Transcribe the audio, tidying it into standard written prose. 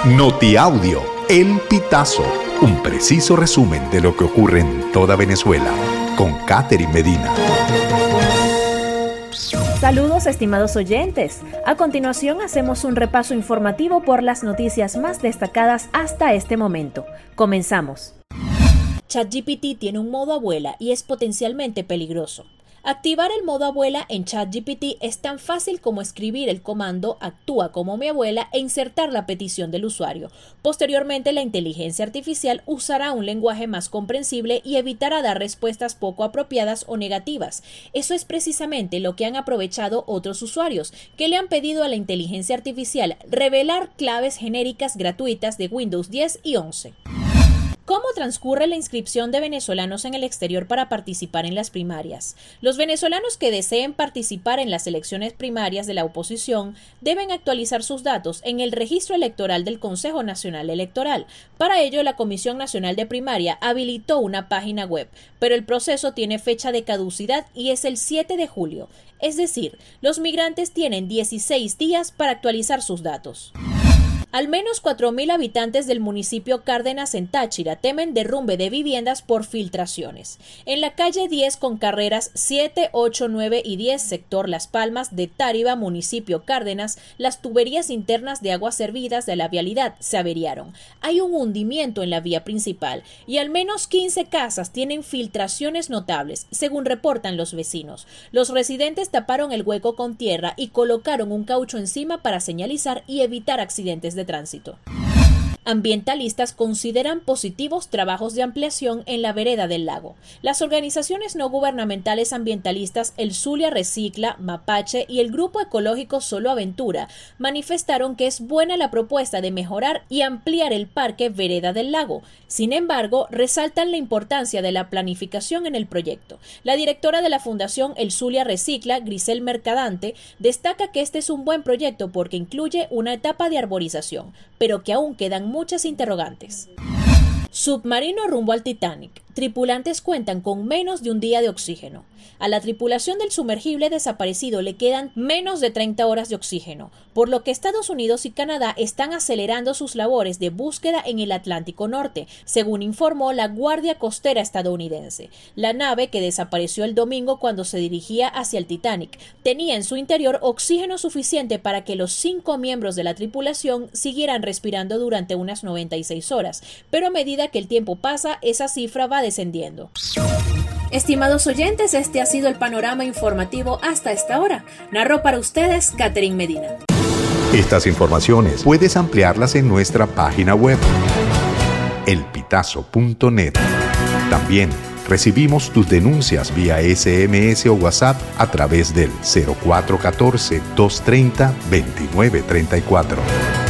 Notiaudio, El Pitazo, un preciso resumen de lo que ocurre en toda Venezuela, con Catherine Medina. Saludos, estimados oyentes. A continuación hacemos un repaso informativo por las noticias más destacadas hasta este momento. Comenzamos. ChatGPT tiene un modo abuela y es potencialmente peligroso. Activar el modo abuela en ChatGPT es tan fácil como escribir el comando "actúa como mi abuela" e insertar la petición del usuario. Posteriormente, la inteligencia artificial usará un lenguaje más comprensible y evitará dar respuestas poco apropiadas o negativas. Eso es precisamente lo que han aprovechado otros usuarios, que le han pedido a la inteligencia artificial revelar claves genéricas gratuitas de Windows 10 y 11. ¿Cómo transcurre la inscripción de venezolanos en el exterior para participar en las primarias? Los venezolanos que deseen participar en las elecciones primarias de la oposición deben actualizar sus datos en el registro electoral del Consejo Nacional Electoral. Para ello, la Comisión Nacional de Primaria habilitó una página web, pero el proceso tiene fecha de caducidad y es el 7 de julio. Es decir, los migrantes tienen 16 días para actualizar sus datos. Al menos 4.000 habitantes del municipio Cárdenas en Táchira temen derrumbe de viviendas por filtraciones. En la calle 10 con carreras 7, 8, 9 y 10, sector Las Palmas de Táriba, municipio Cárdenas, las tuberías internas de aguas servidas de la vialidad se averiaron. Hay un hundimiento en la vía principal y al menos 15 casas tienen filtraciones notables, según reportan los vecinos. Los residentes taparon el hueco con tierra y colocaron un caucho encima para señalizar y evitar accidentes de tránsito. Ambientalistas consideran positivos trabajos de ampliación en la vereda del lago. Las organizaciones no gubernamentales ambientalistas El Zulia Recicla, Mapache y el Grupo Ecológico Solo Aventura manifestaron que es buena la propuesta de mejorar y ampliar el parque Vereda del Lago. Sin embargo, resaltan la importancia de la planificación en el proyecto. La directora de la Fundación El Zulia Recicla, Grisel Mercadante, destaca que este es un buen proyecto porque incluye una etapa de arborización, pero que aún quedan muchas interrogantes. Submarino rumbo al Titanic. Tripulantes cuentan con menos de un día de oxígeno. A la tripulación del sumergible desaparecido le quedan menos de 30 horas de oxígeno, por lo que Estados Unidos y Canadá están acelerando sus labores de búsqueda en el Atlántico Norte, según informó la Guardia Costera estadounidense. La nave, que desapareció el domingo cuando se dirigía hacia el Titanic, tenía en su interior oxígeno suficiente para que los 5 miembros de la tripulación siguieran respirando durante unas 96 horas, pero a medida que el tiempo pasa, esa cifra va descendiendo. Estimados oyentes, este ha sido el panorama informativo hasta esta hora. Narró para ustedes Catherine Medina. Estas informaciones puedes ampliarlas en nuestra página web, elpitazo.net. También recibimos tus denuncias vía SMS o WhatsApp a través del 0414-230-2934.